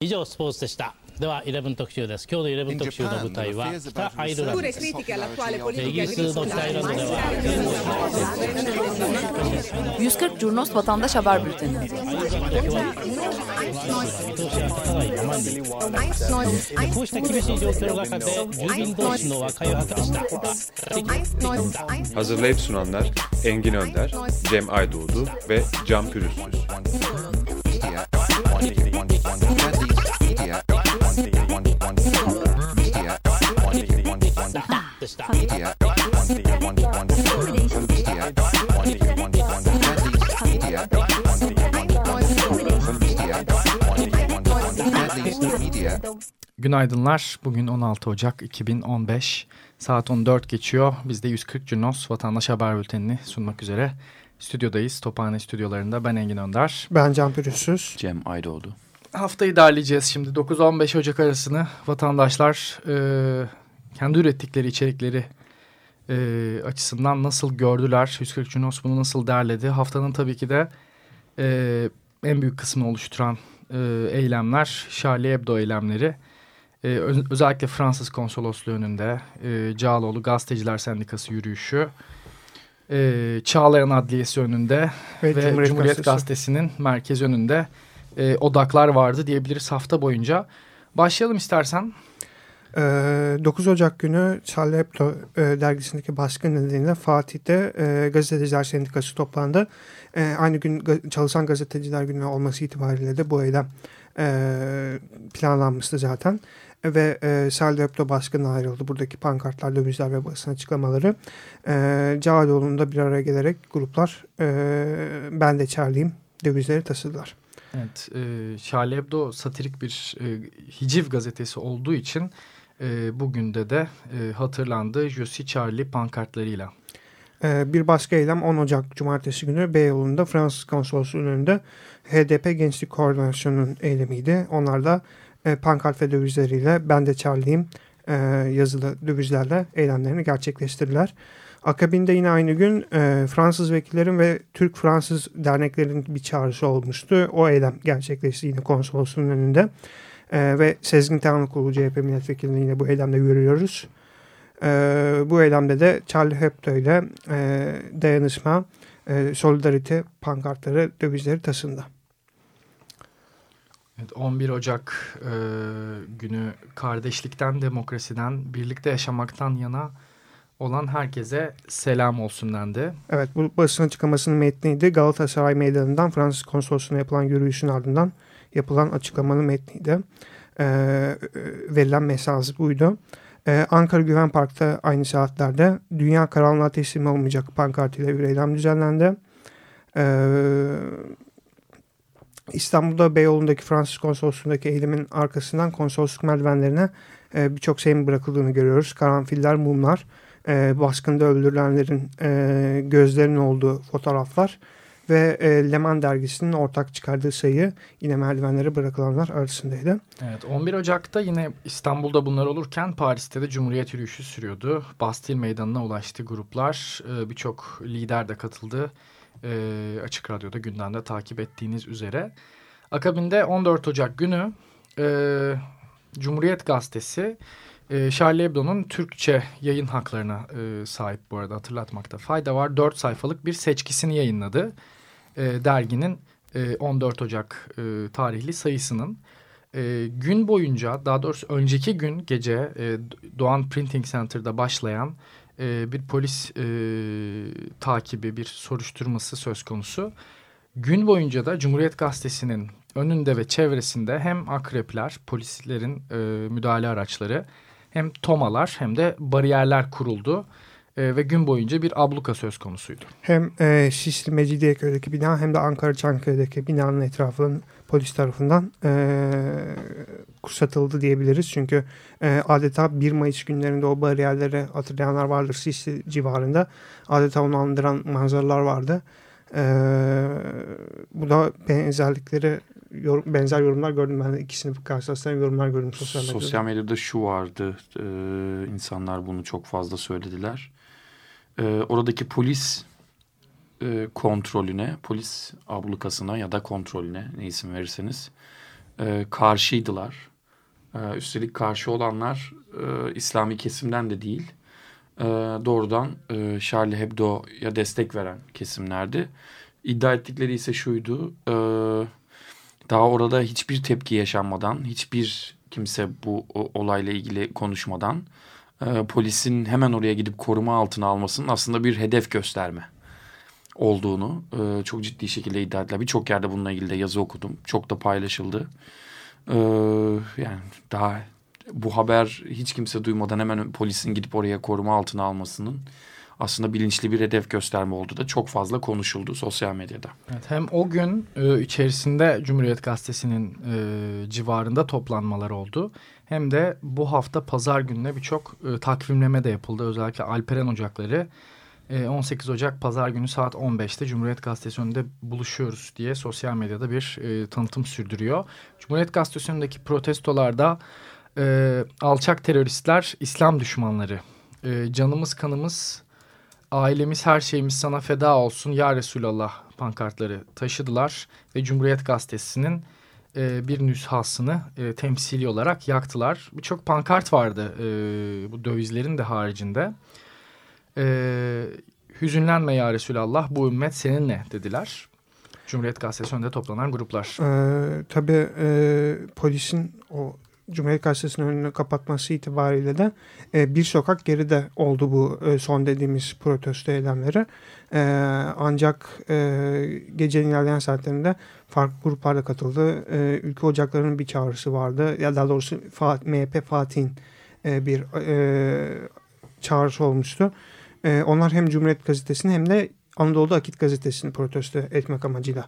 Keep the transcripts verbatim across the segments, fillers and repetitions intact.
以上スポーツでした。ではじゅういち特集です。今日のじゅういち特集の舞台は北アイルランドです。イギリスの北アイルランドでは yüz kırk Curnos Vatandaş Haber Bülteni. Hazırlayıp sunanlar Engin Önder, Cem Aydoğdu ve Can Pürüzsüz. Günaydınlar. Bugün on altı Ocak iki bin on beş. Saat on dört geçiyor. Biz de yüz kırk Curnos Vatandaş Haber Bülteni'ni sunmak üzere stüdyodayız. Tophane stüdyolarında ben Engin Önder. Ben Can Pürüzsüz. Cem Aydoğdu. Haftayı derleyeceğiz şimdi. dokuz on beş Ocak arasını vatandaşlar e, kendi ürettikleri içerikleri e, açısından nasıl gördüler? yüz kırk Curnos bunu nasıl derledi? Haftanın tabii ki de e, en büyük kısmını oluşturan e, eylemler Charlie Hebdo eylemleri. Ee, öz- özellikle Fransız konsolosluğu önünde e, Cağaloğlu Gazeteciler Sendikası yürüyüşü, e, Çağlayan Adliyesi önünde ve, ve Cumhuriyet, Cumhuriyet Gazetesi'nin merkez önünde e, odaklar vardı diyebiliriz hafta boyunca. Başlayalım istersen. Ee, dokuz Ocak günü Charlie Hebdo e, dergisindeki baskın nedeniyle Fatih'te e, Gazeteciler Sendikası toplandı. E, aynı gün ga- Çalışan Gazeteciler Günü olması itibariyle de bu eylem e, planlanmıştı zaten. Ve e, Charlie Hebdo baskına ayrıldı. Buradaki pankartlar, dövizler ve basın açıklamaları. E, Cağaloğlu'nda bir araya gelerek gruplar e, ben de Charlie'yim dövizleri taşıdılar. Evet, e, Charlie Hebdo satirik bir e, hiciv gazetesi olduğu için e, bugün de de e, hatırlandı Je suis Charlie pankartlarıyla. E, bir başka eylem on Ocak Cumartesi günü Beyoğlu'nda Fransız konsolosluğunun önünde H D P Gençlik Koordinasyonu'nun eylemiydi. Onlar da e, pankart ve dövizleriyle ben de Charlie'yim e, yazılı dövizlerle eylemlerini gerçekleştirdiler. Akabinde yine aynı gün e, Fransız vekillerin ve Türk-Fransız derneklerin bir çağrısı olmuştu. O eylem gerçekleşti yine konsolosluğun önünde. E, ve Sezgin Tanrıkulu C H P milletvekilini yine bu eylemde görüyoruz. E, bu eylemde de Charlie Hebdo ile e, dayanışma, e, solidarite pankartları, dövizleri taşındı. Evet, on bir Ocak e, günü kardeşlikten, demokrasiden, birlikte yaşamaktan yana olan herkese selam olsun dendi. Evet, bu basın açıklamasının metniydi. Galatasaray Meydanı'ndan Fransız konsolosluğuna yapılan yürüyüşün ardından yapılan açıklamanın metniydi. Ee, verilen mesaj buydu. Ee, Ankara Güven Park'ta aynı saatlerde dünya karanlığa teslim olmayacak pankartıyla bir eylem düzenlendi. Ee, İstanbul'da Beyoğlu'ndaki Fransız konsolosluğundaki eylemin arkasından konsolosluk merdivenlerine e, birçok şeyin bırakıldığını görüyoruz. Karanfiller, mumlar, e, baskında öldürülenlerin e, gözlerinin olduğu fotoğraflar ve e, Leman dergisinin ortak çıkardığı sayı yine merdivenlere bırakılanlar arasındaydı. Evet, on bir Ocak'ta yine İstanbul'da bunlar olurken Paris'te de Cumhuriyet yürüyüşü sürüyordu. Bastille Meydanı'na ulaştı gruplar. E, birçok lider de katıldı. E, Açık Radyo'da gündemde takip ettiğiniz üzere. Akabinde on dört Ocak günü e, Cumhuriyet Gazetesi e, Charlie Hebdo'nun Türkçe yayın haklarına e, sahip, bu arada hatırlatmakta fayda var. dört sayfalık bir seçkisini yayınladı. E, derginin e, on dört Ocak e, tarihli sayısının. E, gün boyunca, daha doğrusu önceki gün gece e, Doğan Printing Center'da başlayan e, bir polis e, takibi, bir soruşturması söz konusu. Gün boyunca da Cumhuriyet Gazetesi'nin önünde ve çevresinde hem akrepler, polislerin e, müdahale araçları, hem tomalar hem de bariyerler kuruldu. E, ve gün boyunca bir abluka söz konusuydu. Hem e, Şişli Mecidiyeköy'deki bina hem de Ankara Çankaya'daki binanın etrafının polis tarafından e, kuşatıldı diyebiliriz. Çünkü e, adeta bir Mayıs günlerinde o bariyerleri hatırlayanlar vardır, Şişli civarında. Adeta onu andıran manzaralar vardı. E, bu da benzerlikleri, yorum, benzer yorumlar gördüm. Ben de ikisini karşılaştıran yorumlar gördüm sosyal medyada. Sosyal medyada şu vardı. E, insanlar bunu çok fazla söylediler. E, oradaki polis e, kontrolüne, polis ablukasına ya da kontrolüne, ne isim verirseniz e, karşıydılar. E, üstelik karşı olanlar e, İslami kesimden de değil. E, doğrudan e, Charlie Hebdo'ya destek veren kesimlerdi. İddia ettikleri ise şuydu. E, daha orada hiçbir tepki yaşanmadan, hiçbir kimse bu o, olayla ilgili konuşmadan e, polisin hemen oraya gidip koruma altına almasının aslında bir hedef gösterme olduğunu e, çok ciddi şekilde iddia ettiler. Birçok yerde bununla ilgili de yazı okudum. Çok da paylaşıldı. E, yani daha bu haber hiç kimse duymadan hemen polisin gidip oraya koruma altına almasının aslında bilinçli bir hedef gösterme olduğu da çok fazla konuşuldu sosyal medyada. Evet, hem o gün e, içerisinde Cumhuriyet Gazetesi'nin e, civarında toplanmalar oldu. Hem de bu hafta pazar gününe birçok e, takvimleme de yapıldı. Özellikle Alperen Ocakları e, on sekiz Ocak pazar günü saat on beşte Cumhuriyet Gazetesi önünde buluşuyoruz diye sosyal medyada bir e, tanıtım sürdürüyor. Cumhuriyet Gazetesi önündeki protestolarda e, alçak teröristler, İslam düşmanları, e, canımız kanımız, ailemiz her şeyimiz sana feda olsun ya Resulallah pankartları taşıdılar ve Cumhuriyet Gazetesi'nin e, bir nüshasını e, temsili olarak yaktılar. Birçok pankart vardı e, bu dövizlerin de haricinde. E, hüzünlenme ya Resulallah, bu ümmet seninle dediler. Cumhuriyet Gazetesi önünde toplanan gruplar. Ee, tabii e, polisin o Cumhuriyet Gazetesi'nin önünü kapatması itibariyle de e, bir sokak geride oldu bu e, son dediğimiz protesto eylemleri. E, ancak e, gecenin ilerleyen saatlerinde farklı gruplar da katıldı. E, Ülke Ocakları'nın bir çağrısı vardı. Ya daha doğrusu M H P Fatih'in e, bir e, çağrısı olmuştu. E, onlar hem Cumhuriyet Gazetesi'ni hem de Anadolu'da Akit Gazetesi'ni protesto etmek amacıyla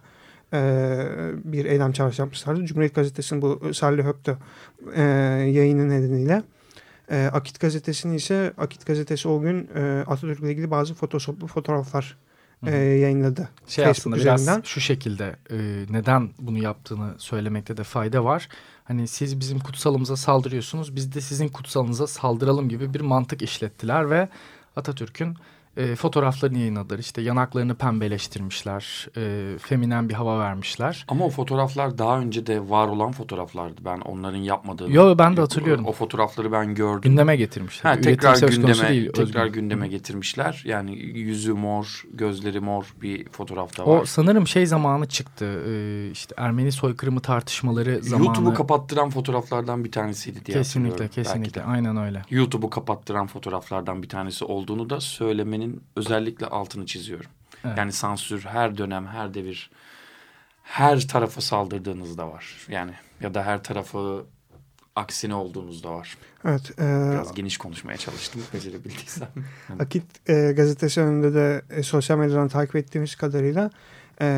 bir eylem çağrısı yapmışlardı. Cumhuriyet Gazetesi'nin bu Charlie Hebdo e, yayını nedeniyle. E, Akit Gazetesi'nin ise Akit Gazetesi o gün e, Atatürk'le ilgili bazı fotoğraflı fotoğraflar e, yayınladı. Şey Facebook aslında üzerinden. Biraz şu şekilde e, neden bunu yaptığını söylemekte de fayda var. Hani siz bizim kutsalımıza saldırıyorsunuz, biz de sizin kutsalınıza saldıralım gibi bir mantık işlettiler ve Atatürk'ün E, fotoğraflarını yayınladılar. İşte yanaklarını pembeleştirmişler. E, feminen bir hava vermişler. Ama o fotoğraflar daha önce de var olan fotoğraflardı. Ben onların yapmadığını... Yo, ben de hatırlıyorum. O, o fotoğrafları ben gördüm. Gündeme getirmişler. Ha, tekrar gündeme, değil, tekrar gündeme getirmişler. Yani yüzü mor, gözleri mor bir fotoğraf da var. O sanırım şey zamanı çıktı. E, işte Ermeni soykırımı tartışmaları zamanı. YouTube'u kapattıran fotoğraflardan bir tanesiydi diye kesinlikle, hatırlıyorum. Kesinlikle, aynen öyle. YouTube'u kapattıran fotoğraflardan bir tanesi olduğunu da söylemenin özellikle altını çiziyorum. Evet. Yani sansür her dönem, her devir, her tarafa saldırdığınız da var. Yani ya da her tarafı aksine olduğunuz da var. Evet. E, Biraz geniş konuşmaya çalıştım, becerebildiysem. Yani. Akit e, gazetesi önünde de e, sosyal medyadan takip ettiğimiz kadarıyla e,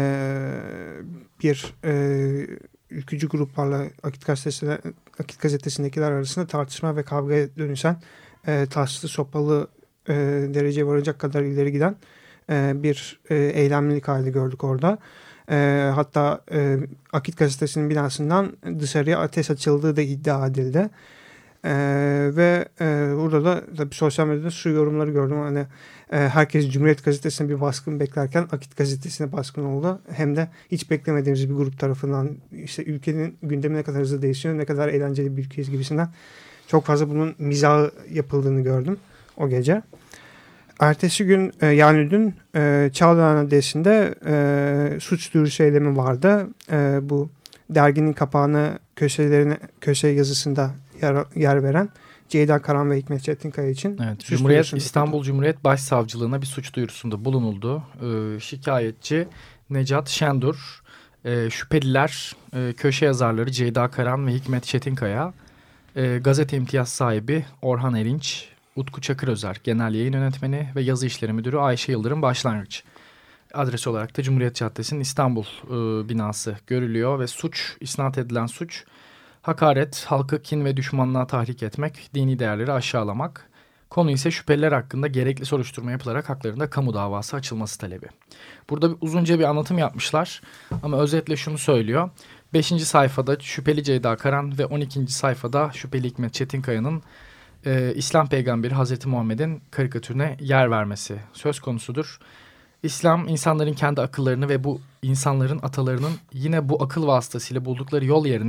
bir e, ülkücü gruplarla Akit gazetesi, Akit gazetesindekiler arasında tartışma ve kavgaya dönüşen e, taşlı sopalı E, dereceye varacak kadar ileri giden e, bir e, eylemlilik hali gördük orada. E, hatta e, Akit Gazetesi'nin binasından dışarıya ateş açıldığı da iddia edildi. E, ve e, burada da tabii sosyal medyada şu yorumları gördüm. Hani e, herkes Cumhuriyet Gazetesi'ne bir baskın beklerken Akit Gazetesi'ne baskın oldu. Hem de hiç beklemediğimiz bir grup tarafından işte ülkenin gündemi ne kadar hızlı değişiyor, ne kadar eğlenceli bir ülkeyiz gibisinden çok fazla bunun mizahı yapıldığını gördüm o gece. Ertesi gün e, yani dün e, Çağlayan Adliyesi'nde e, suç duyurusu eylemi vardı. E, bu derginin kapağını köşelerine köşe yazısında yer, yer veren Ceyda Karan ve Hikmet Çetinkaya için. Evet, Cumhuriyet İstanbul Cumhuriyet Başsavcılığına bir suç duyurusunda bulunuldu. E, şikayetçi Necat Şendur, e, şüpheliler e, köşe yazarları Ceyda Karan ve Hikmet Çetinkaya, e, gazete imtiyaz sahibi Orhan Erinç, Utku Çakırözer, Genel Yayın Yönetmeni ve Yazı İşleri Müdürü Ayşe Yıldırım Başlangıç. Adres olarak da Cumhuriyet Caddesi'nin İstanbul e, binası görülüyor ve suç, isnat edilen suç, hakaret, halkı kin ve düşmanlığa tahrik etmek, dini değerleri aşağılamak. Konu ise şüpheliler hakkında gerekli soruşturma yapılarak haklarında kamu davası açılması talebi. Burada bir, uzunca bir anlatım yapmışlar ama özetle şunu söylüyor. Beşinci sayfada şüpheli Ceyda Karan ve on ikinci sayfada şüpheli Hikmet Çetinkaya'nın Ee, İslam peygamberi Hazreti Muhammed'in karikatürüne yer vermesi söz konusudur. İslam insanların kendi akıllarını ve bu insanların atalarının yine bu akıl vasıtasıyla buldukları yol yerine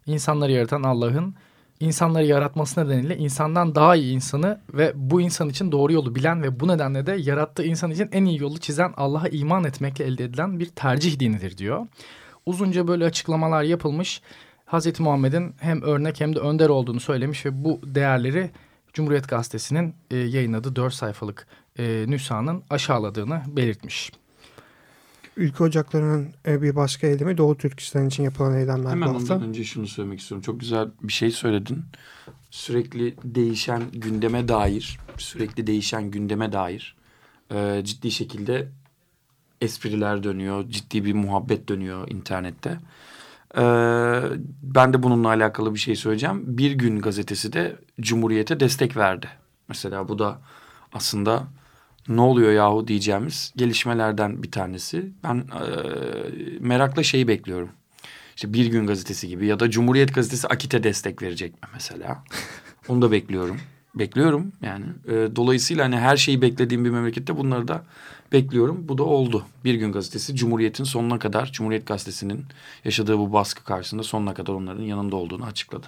İnsanları yaratan Allah'ın insanları yaratması nedeniyle insandan daha iyi insanı ve bu insan için doğru yolu bilen ve bu nedenle de yarattığı insan için en iyi yolu çizen Allah'a iman etmekle elde edilen bir tercih dinidir diyor. Uzunca böyle açıklamalar yapılmış. Hazreti Muhammed'in hem örnek hem de önder olduğunu söylemiş ve bu değerleri Cumhuriyet Gazetesi'nin e, yayınladığı dört sayfalık e, nüshanın aşağıladığını belirtmiş. Ülke Ocakları'nın e, bir başka eylemi Doğu Türkistan için yapılan eylemler. Hemen ondan önce şunu söylemek istiyorum. Çok güzel bir şey söyledin. Sürekli değişen gündeme dair, sürekli değişen gündeme dair e, ciddi şekilde espriler dönüyor. Ciddi bir muhabbet dönüyor internette. E, ben de bununla alakalı bir şey söyleyeceğim. Bir Gün gazetesi de Cumhuriyet'e destek verdi. Mesela bu da aslında ne oluyor yahu diyeceğimiz gelişmelerden bir tanesi. Ben e, merakla şeyi bekliyorum. İşte Bir Gün gazetesi gibi ya da Cumhuriyet gazetesi Akit'e destek verecek mi mesela? Onu da bekliyorum. Bekliyorum yani. E, dolayısıyla hani her şeyi beklediğim bir memlekette bunları da bekliyorum. Bu da oldu. Bir Gün gazetesi Cumhuriyet'in sonuna kadar, Cumhuriyet gazetesinin yaşadığı bu baskı karşısında sonuna kadar onların yanında olduğunu açıkladı.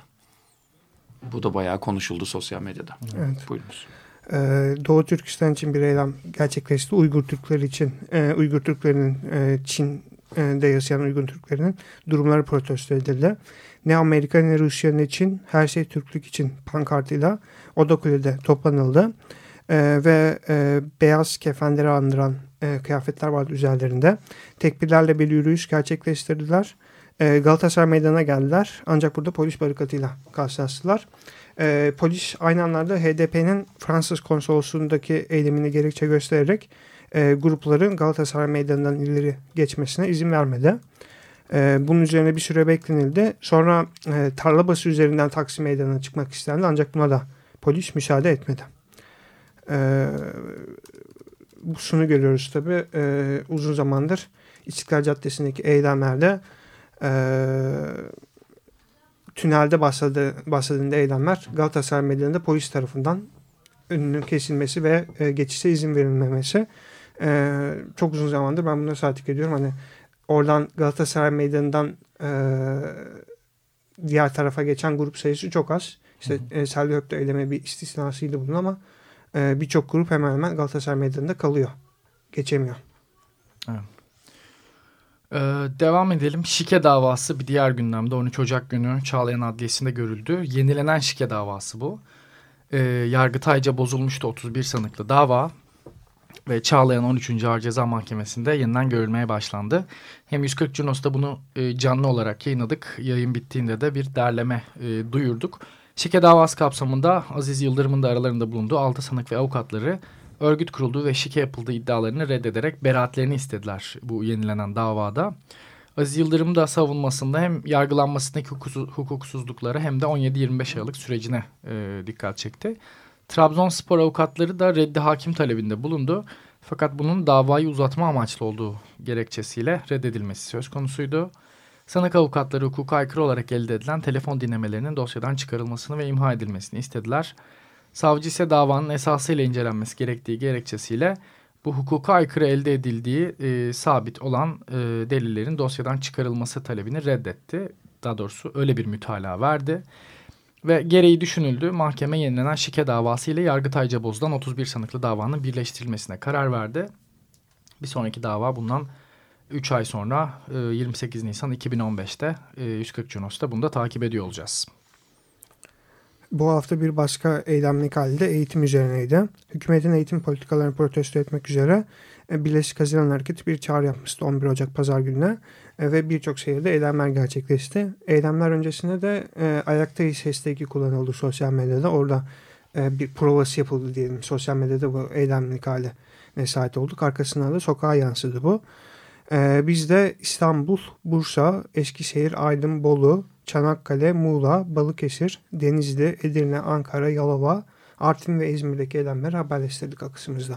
Bu da bayağı konuşuldu sosyal medyada. Evet. Buyurunuz. Doğu Türkistan için bir eylem gerçekleşti. Uygur Türkleri için, e, Uygur Türklerinin e, Çin'de yaşayan Uygur Türklerinin durumları protesto edildi. Ne Amerika ne Rusya ne Çin, her şey Türklük için pankartıyla Odakule'de toplanıldı. E, ve e, beyaz kefenleri andıran e, kıyafetler vardı üzerlerinde. Tekbirlerle bir yürüyüş gerçekleştirdiler. E, Galatasaray Meydanı'na geldiler. Ancak burada polis barikatıyla karşılaştılar. E, polis aynı anlarda H D P'nin Fransız konsolosluğundaki eylemini gerekçe göstererek e, grupların Galatasaray Meydanı'ndan ileri geçmesine izin vermedi. E, bunun üzerine bir süre beklenildi. Sonra e, Tarlabaşı üzerinden Taksim Meydanı'na çıkmak istendi. Ancak buna da polis müsaade etmedi. E, şunu görüyoruz tabii. E, uzun zamandır İstiklal Caddesi'ndeki eylemlerde e, tünelde başladı, başladığında eylemler Galatasaray Meydanı'nda polis tarafından önünün kesilmesi ve e, geçişe izin verilmemesi. E, çok uzun zamandır ben buna saatlik ediyorum. Hani oradan Galatasaray Meydanı'ndan e, diğer tarafa geçen grup sayısı çok az. İşte e, Selvi Hök'te eyleme bir istisnasıydı bunun ama e, birçok grup hemen hemen Galatasaray Meydanı'nda kalıyor. Geçemiyor. Evet. Ee, devam edelim. Şike davası bir diğer gündemde on üç Ocak günü Çağlayan Adliyesi'nde görüldü. Yenilenen şike davası bu. Ee, Yargıtay'ca bozulmuştu otuz bir sanıklı dava ve Çağlayan on üçüncü Ağır Ceza Mahkemesi'nde yeniden görülmeye başlandı. Hem yüz kırk Cunos'ta bunu e, canlı olarak yayınladık. Yayın bittiğinde de bir derleme e, duyurduk. Şike davası kapsamında Aziz Yıldırım'ın da aralarında bulunduğu altı sanık ve avukatları örgüt kurulduğu ve şike yapıldığı iddialarını reddederek beraatlerini istediler bu yenilenen davada. Aziz Yıldırım da savunmasında hem yargılanmasındaki hukuksuz, hukuksuzluklara hem de on yedi yirmi beş Aralık sürecine e, dikkat çekti. Trabzonspor avukatları da reddi hakim talebinde bulundu. Fakat bunun davayı uzatma amaçlı olduğu gerekçesiyle reddedilmesi söz konusuydu. Sanık avukatları hukuka aykırı olarak elde edilen telefon dinlemelerinin dosyadan çıkarılmasını ve imha edilmesini istediler. Savcı ise davanın esasıyla incelenmesi gerektiği gerekçesiyle bu hukuka aykırı elde edildiği e, sabit olan e, delillerin dosyadan çıkarılması talebini reddetti. Daha doğrusu öyle bir mütalaa verdi. Ve gereği düşünüldü. Mahkeme yenilenen şike davası ile Yargıtay'ca bozulan otuz bir sanıklı davanın birleştirilmesine karar verdi. Bir sonraki dava bundan üç ay sonra e, yirmi sekiz Nisan iki bin on beşte e, yüz kırk Cunos'ta bunu da takip ediyor olacağız. Bu hafta bir başka eylemlik halde eğitim üzerineydi. Hükümetin eğitim politikalarını protesto etmek üzere Birleşik Haziran Hareketi bir çağrı yapmıştı on bir Ocak Pazar gününe ve birçok şehirde eylemler gerçekleşti. Eylemler öncesinde de e, ayaktayız hashtag'i kullanıldı sosyal medyada. Orada e, bir provası yapıldı diyelim. Sosyal medyada bu eylemlik hale şahit olduk. Arkasından da sokağa yansıdı bu. E, biz de İstanbul, Bursa, Eskişehir, Aydın, Bolu, Çanakkale, Muğla, Balıkesir, Denizli, Edirne, Ankara, Yalova, Artvin ve İzmir'deki eylemleri haberleştirdik akısımızda.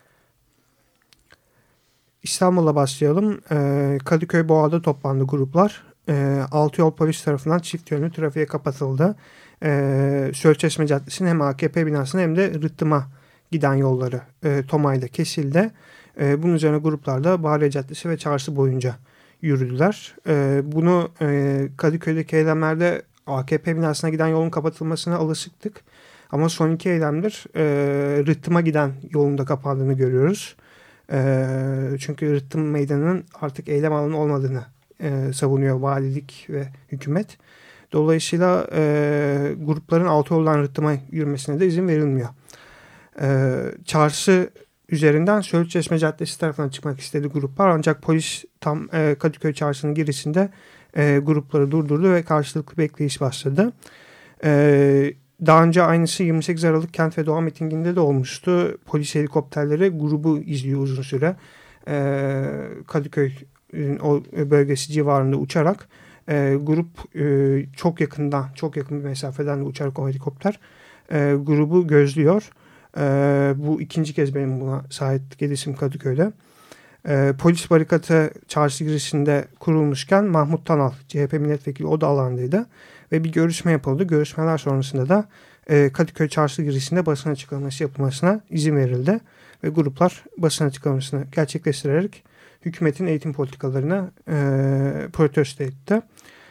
İstanbul'a başlayalım. Ee, Kadıköy Boğa'da toplandı gruplar. Ee, Altıyol Polis tarafından çift yönlü trafiğe kapatıldı. Ee, Sölçeşme Caddesi'nin hem A K P binasına hem de Rıhtım'a giden yolları e, Tomay'da kesildi. E, bunun üzerine gruplar da Bahariye Caddesi ve Çarşı boyunca yürüdüler. E, bunu e, Kadıköy'deki eylemlerde A K P binasına giden yolun kapatılmasına alışıktık. Ama son iki eylemdir e, Rıhtım'a giden yolun da kapandığını görüyoruz. E, çünkü Rıhtım Meydanı'nın artık eylem alanı olmadığını e, savunuyor valilik ve hükümet. Dolayısıyla e, grupların altı yoldan Rıhtım'a yürümesine de izin verilmiyor. E, çarşı üzerinden Söğütçeşme Caddesi tarafından çıkmak istedi gruplar. Ancak polis tam e, Kadıköy Çarşı'nın girişinde e, grupları durdurdu ve karşılıklı bekleyiş başladı. E, daha önce aynısı yirmi sekiz Aralık Kent ve Doğa mitinginde de olmuştu. Polis helikopterleri grubu izliyor uzun süre. E, Kadıköy o bölgesi civarında uçarak e, grup e, çok yakından, çok yakın bir mesafeden de uçarak o helikopter e, grubu gözlüyor. E, bu ikinci kez benim buna şahitlik edişim Kadıköy'de. E, polis barikatı çarşı girişinde kurulmuşken Mahmut Tanal, C H P milletvekili, o da alandaydı. Ve bir görüşme yapıldı. Görüşmeler sonrasında da e, Kadıköy çarşı girişinde basın açıklaması yapılmasına izin verildi. Ve gruplar basın açıklamasını gerçekleştirerek hükümetin eğitim politikalarını e, protesto etti.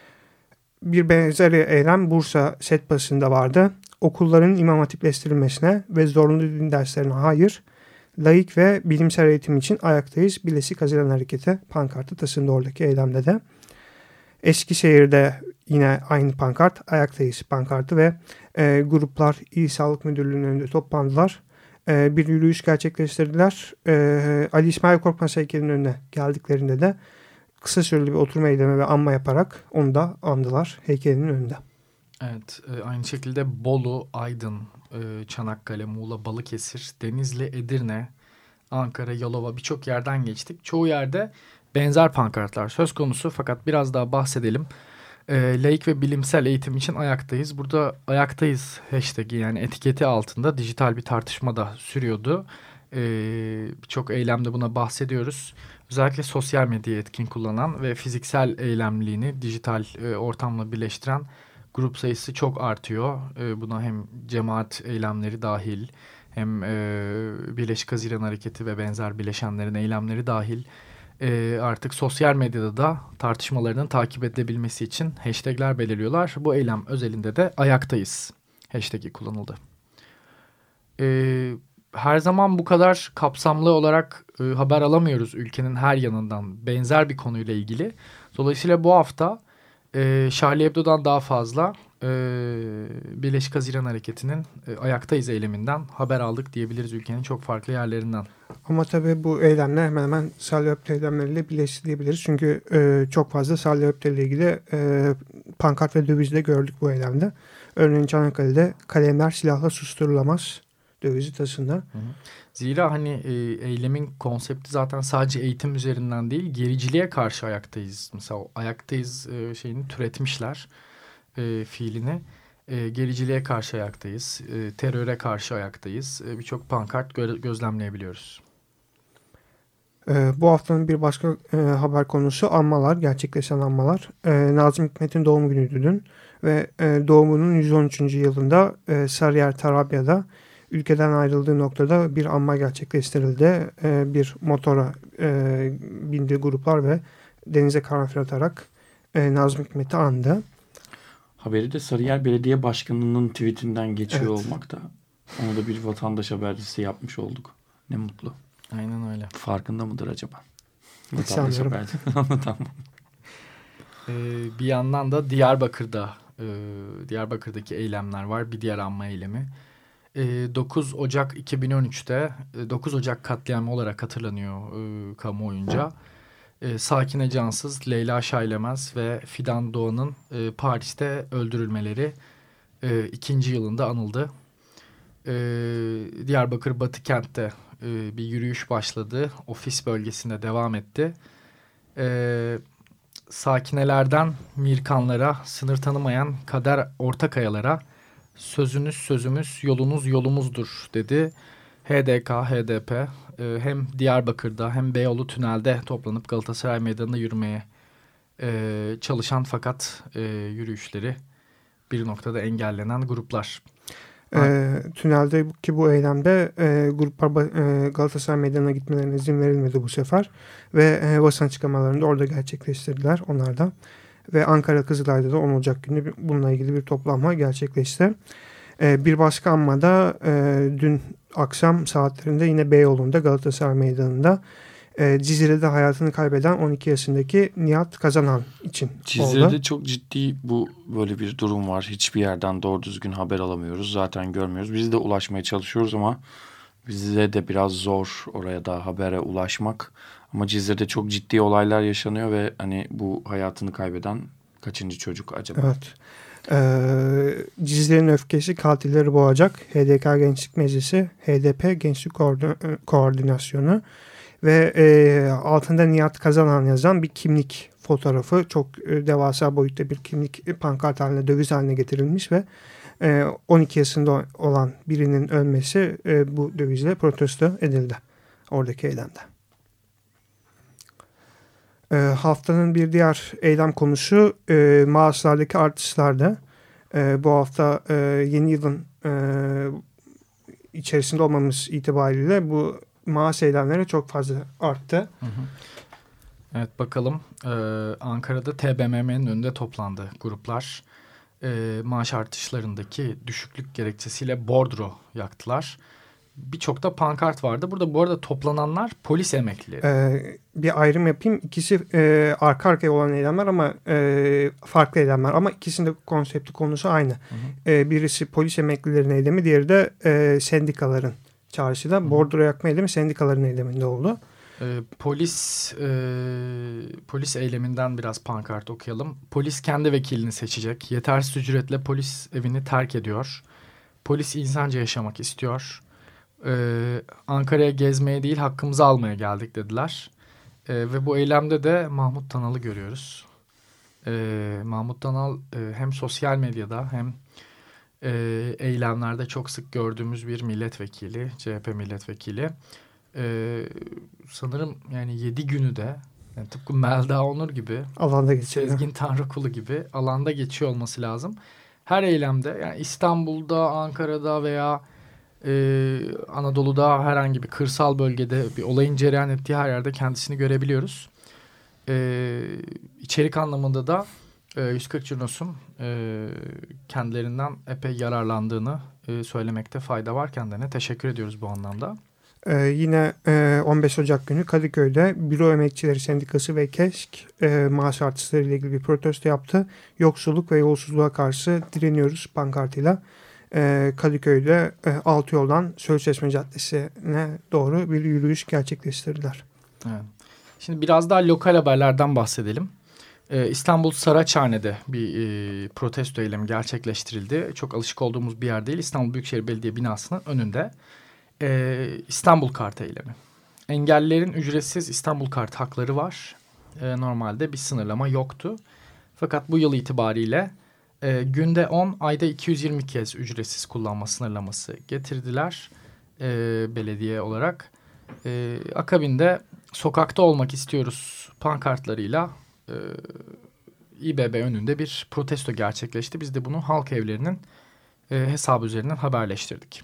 Bir benzeri eylem Bursa Setbası'nda vardı. Okulların imam hatipleştirilmesine ve zorunlu din derslerine hayır, laik ve bilimsel eğitim için ayaktayız, Birleşik Haziran Hareketi pankartı taşındı oradaki eylemde de. Eskişehir'de yine aynı pankart, ayaktayız pankartı ve e, gruplar İl Sağlık Müdürlüğü'nün önünde toplandılar. E, bir yürüyüş gerçekleştirdiler. E, Ali İsmail Korkmaz heykelinin önüne geldiklerinde de kısa süreli bir oturma eylemi ve anma yaparak onu da andılar heykelinin önünde. Evet, e, aynı şekilde Bolu, Aydın, e, Çanakkale, Muğla, Balıkesir, Denizli, Edirne, Ankara, Yalova, birçok yerden geçtik. Çoğu yerde benzer pankartlar söz konusu, fakat biraz daha bahsedelim. E, laik ve bilimsel eğitim için ayaktayız. Burada ayaktayız hashtag'i, yani etiketi altında dijital bir tartışma da sürüyordu. E, Birçok eylemde buna bahsediyoruz. Özellikle sosyal medyayı etkin kullanan ve fiziksel eylemliliğini dijital e, ortamla birleştiren grup sayısı çok artıyor. E, buna hem cemaat eylemleri dahil, hem e, Birleşik Haziran Hareketi ve benzer bileşenlerin eylemleri dahil e, artık sosyal medyada da tartışmalarının takip edilebilmesi için hashtagler belirliyorlar. Bu eylem özelinde de ayaktayız hashtag'i kullanıldı. E, her zaman bu kadar kapsamlı olarak e, haber alamıyoruz ülkenin her yanından benzer bir konuyla ilgili. Dolayısıyla bu hafta e, Charlie Hebdo'dan daha fazla e, Birleşik Haziran Hareketi'nin e, ayaktayız eyleminden haber aldık diyebiliriz, ülkenin çok farklı yerlerinden. Ama tabii bu eylemler hemen hemen Charlie Hebdo eylemleriyle birleştirilebiliriz. Çünkü e, çok fazla Charlie Hebdo ile ilgili e, pankart ve dövizde gördük bu eylemde. Örneğin Çanakkale'de kalemler silahla susturulamaz dövizi taşında. Hı hı. Zira hani e, eylemin konsepti zaten sadece eğitim üzerinden değil, gericiliğe karşı ayaktayız. Mesela o ayaktayız e, şeyini türetmişler, e, fiilini. E, gericiliğe karşı ayaktayız, e, teröre karşı ayaktayız. E, Birçok pankart gö- gözlemleyebiliyoruz. E, bu haftanın bir başka e, haber konusu anmalar, gerçekleşen anmalar. E, Nazım Hikmet'in doğum günüydü dün ve e, doğumunun yüz on üçüncü yılında e, Sarıyer Tarabya'da ülkeden ayrıldığı noktada bir anma gerçekleştirildi. Ee, bir motora e, bindi gruplar ve denize karanfil atarak e, Nazım Hikmet'i andı. Haberi de Sarıyer Belediye Başkanı'nın tweetinden geçiyor evet. olmakta. Onu da bir vatandaş habercisi yapmış olduk. Ne mutlu. Aynen öyle. Farkında mıdır acaba? Hiç sanmıyorum. ee, bir yandan da Diyarbakır'da e, Diyarbakır'daki eylemler var. Bir diğer anma eylemi. dokuz Ocak iki bin on üç'te dokuz Ocak katliamı olarak hatırlanıyor e, kamuoyunca. E, Sakine Cansız, Leyla Şaylemez ve Fidan Doğan'ın e, Paris'te öldürülmeleri e, ikinci yılında anıldı. E, Diyarbakır Batıkent'te e, bir yürüyüş başladı. Ofis bölgesinde devam etti. E, sakinelerden Mirkanlara, sınır tanımayan Kader Ortakayalara sözünüz sözümüz, yolunuz yolumuzdur dedi. H D K, H D P e, hem Diyarbakır'da hem Beyoğlu Tünel'de toplanıp Galatasaray Meydanı'nda yürümeye e, çalışan fakat e, yürüyüşleri bir noktada engellenen gruplar. E, tüneldeki bu eylemde e, gruplar e, Galatasaray Meydanı'na gitmelerine izin verilmedi bu sefer. Ve e, basın açıklamalarını da orada gerçekleştirdiler onlar da. Ve Ankara Kızılay'da da on Ocak günü bununla ilgili bir toplanma gerçekleşti. E, bir başka anmada e, dün akşam saatlerinde yine Beyoğlu'nda Galatasaray Meydanı'nda e, Cizre'de hayatını kaybeden on iki yaşındaki Nihat Kazanan için Cizre'de oldu. çok ciddi bu böyle bir durum var. Hiçbir yerden doğru düzgün haber alamıyoruz. Zaten görmüyoruz. Biz de ulaşmaya çalışıyoruz ama bize de biraz zor oraya da habere ulaşmak. Ama Cizre'de çok ciddi olaylar yaşanıyor ve hani bu hayatını kaybeden kaçıncı çocuk acaba? Evet. Ee, Cizre'nin öfkesi katilleri boğacak. H D K Gençlik Meclisi, H D P Gençlik Koordin- Koordinasyonu ve e, altında Nihat Kazanan yazan bir kimlik fotoğrafı. Çok e, devasa boyutta bir kimlik pankart haline, döviz haline getirilmiş ve e, on iki yaşında olan birinin ölmesi e, bu dövizle protesto edildi oradaki eylemde. E, haftanın bir diğer eylem konusu e, maaşlardaki artışlardı. E, bu hafta e, yeni yılın e, içerisinde olmamız itibariyle bu maaş eylemleri çok fazla arttı. Hı hı. Evet bakalım ee, Ankara'da T B M M'nin önünde toplandı gruplar. Ee, maaş artışlarındaki düşüklük gerekçesiyle bordro yaktılar. Birçok da pankart vardı. Burada bu arada toplananlar polis emeklileri. Ee, bir ayrım yapayım. İkisi e, arka arkaya olan eylemler ama e, farklı eylemler. Ama ikisinin de konsepti, konusu aynı. Hı hı. E, birisi polis emeklilerinin eylemi, diğeri de e, sendikaların çağrısı da. Bordro yakma eylemi sendikaların eyleminde oldu. E, polis e, polis eyleminden biraz pankart okuyalım. Polis kendi vekilini seçecek. Yetersiz ücretle polis evini terk ediyor. Polis insanca yaşamak istiyor. Ee, Ankara'ya gezmeye değil hakkımızı almaya geldik dediler. Ee, ve bu eylemde de Mahmut Tanal'ı görüyoruz. Ee, Mahmut Tanal e, hem sosyal medyada hem e, eylemlerde çok sık gördüğümüz bir milletvekili, C H P milletvekili. Ee, sanırım yani yedi günü de yani tıpkı Melda Onur gibi, alanda geçiyor. Sezgin Tanrıkulu gibi alanda geçiyor olması lazım. Her eylemde yani İstanbul'da, Ankara'da veya Ee, Anadolu'da herhangi bir kırsal bölgede bir olayın cereyan ettiği her yerde kendisini görebiliyoruz. Ee, içerik anlamında da e, yüz kırk Curnos'un e, kendilerinden epey yararlandığını e, söylemekte fayda var. Kendilerine teşekkür ediyoruz bu anlamda. Ee, yine e, on beş Ocak günü Kadıköy'de Büro Emekçileri Sendikası ve KESK e, maaş artışları ile ilgili bir protesto yaptı. Yoksulluk ve yolsuzluğa karşı direniyoruz pankartıyla. Kadıköy'de Altı Yol'dan Sölçeşme Caddesi'ne doğru bir yürüyüş gerçekleştirdiler. Evet. Şimdi biraz daha lokal haberlerden bahsedelim. Ee, İstanbul Saraçhane'de bir e, protesto eylemi gerçekleştirildi. Çok alışık olduğumuz bir yer değil. İstanbul Büyükşehir Belediye binasının önünde ee, İstanbul Kart eylemi. Engellilerin ücretsiz İstanbul Kart hakları var. Ee, normalde bir sınırlama yoktu. Fakat bu yıl itibariyle E, günde on, ayda iki yüz yirmi kez ücretsiz kullanma sınırlaması getirdiler e, belediye olarak. E, akabinde sokakta olmak istiyoruz pankartlarıyla e, İBB önünde bir protesto gerçekleşti. Biz de bunu halk evlerinin e, hesabı üzerinden haberleştirdik.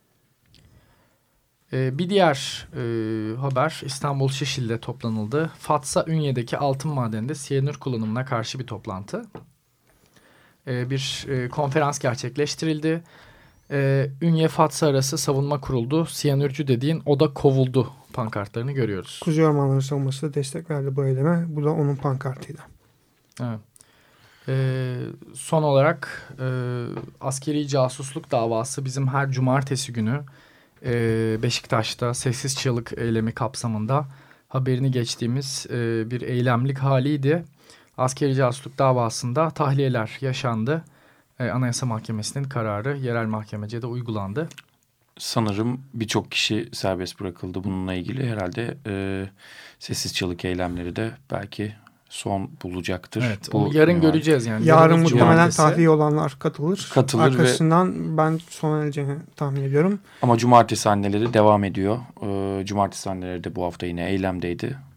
E, bir diğer e, haber İstanbul Şişli'de toplanıldı. Fatsa Ünye'deki altın madeninde siyanür kullanımına karşı bir toplantı. Bir e, konferans gerçekleştirildi. E, Ünye Fatsa arası savunma kuruldu. Siyanürcü dediğin o da kovuldu pankartlarını görüyoruz. Kuzey Ormanları savunması da destek verdi bu eyleme. Bu da onun pankartıydı. Evet. E, son olarak e, askeri casusluk davası bizim her cumartesi günü e, Beşiktaş'ta sessiz çığlık eylemi kapsamında haberini geçtiğimiz e, bir eylemlik haliydi. Askeri casusluk davasında tahliyeler yaşandı. Ee, Anayasa Mahkemesi'nin kararı yerel mahkemece de uygulandı. Sanırım birçok kişi serbest bırakıldı bununla ilgili. Herhalde e, sessiz çığlık eylemleri de belki son bulacaktır. Evet, bu yarın yani, göreceğiz yani. Yarın, yarın muhtemelen tahliye olanlar katılır. Katılır Arkasından ve, ben sona ereceğini tahmin ediyorum. Ama cumartesi anneleri devam ediyor. E, cumartesi anneleri de bu hafta yine eylemdeydi.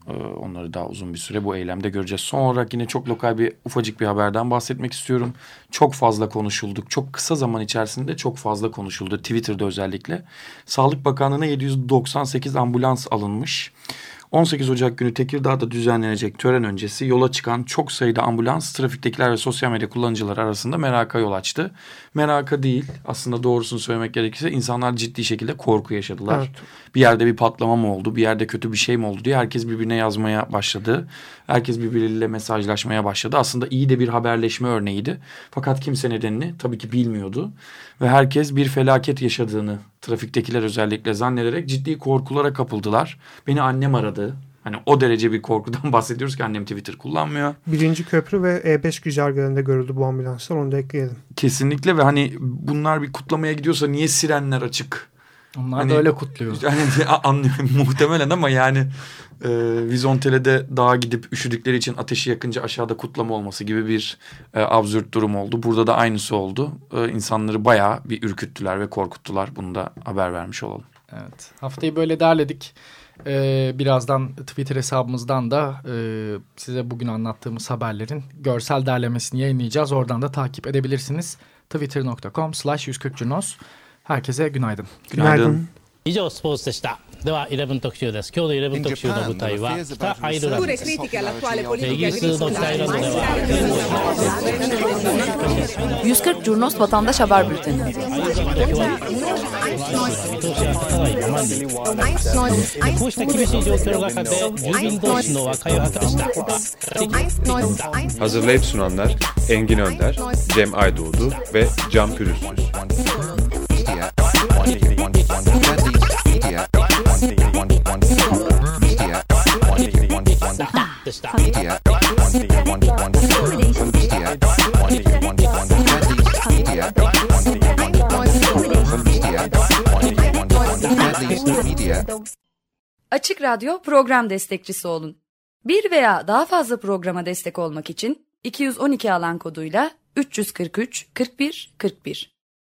Onları daha uzun bir süre bu eylemde göreceğiz. Son olarak yine çok lokal bir ufacık bir haberden bahsetmek istiyorum. Çok fazla konuşulduk. Çok kısa zaman içerisinde çok fazla konuşuldu. Twitter'da özellikle. Sağlık Bakanlığı'na yedi yüz doksan sekiz ambulans alınmış. on sekiz Ocak günü Tekirdağ'da düzenlenecek tören öncesi yola çıkan çok sayıda ambulans trafiktekiler ve sosyal medya kullanıcıları arasında meraka yol açtı. Meraka değil, aslında doğrusunu söylemek gerekirse insanlar ciddi şekilde korku yaşadılar. Evet. Bir yerde bir patlama mı oldu, bir yerde kötü bir şey mi oldu diye herkes birbirine yazmaya başladı. Herkes birbiriyle mesajlaşmaya başladı. Aslında iyi de bir haberleşme örneğiydi. Fakat kimse nedenini tabii ki bilmiyordu. Ve herkes bir felaket yaşadığını, trafiktekiler özellikle zannederek ciddi korkulara kapıldılar. Beni annem aradı. Hani o derece bir korkudan bahsediyoruz ki annem Twitter kullanmıyor. Birinci köprü ve E beş güzergahında görüldü bu ambulanslar, onu da ekleyelim. Kesinlikle ve hani bunlar bir kutlamaya gidiyorsa niye sirenler açık? Onlar hani, da öyle kutluyor. Yani anlıyorum muhtemelen ama yani e, Vizontele'de dağa gidip üşüdükleri için ateşi yakınca aşağıda kutlama olması gibi bir e, absürt durum oldu. Burada da aynısı oldu. E, insanları bayağı bir ürküttüler ve korkuttular. Bunu da haber vermiş olalım. Evet, haftayı böyle derledik. Ee, birazdan Twitter hesabımızdan da e, size bugün anlattığımız haberlerin görsel derlemesini yayınlayacağız. Oradan da takip edebilirsiniz. twitter nokta com slash yüz kırk Junos. Herkese günaydın. Günaydın. Günaydın. 以上スポーツでした。ではじゅういち特集です。今日のじゅういち特集の舞台は北アイルランドです。イギリスの北アイルランドでは yüz kırk Curnos Vatandaş Haber Bülteni. 見通しが立たないままにこうした厳しい状況の中で住民同士の和解を図りした。 Hazırlayıp sunanlar Engin Önder, Cem Aydoğdu ve Can Pürüzsüz. Açık Radyo program destekçisi olun. Bir veya daha fazla programa destek olmak için iki yüz on iki alan koduyla üç yüz kırk üç kırk bir kırk bir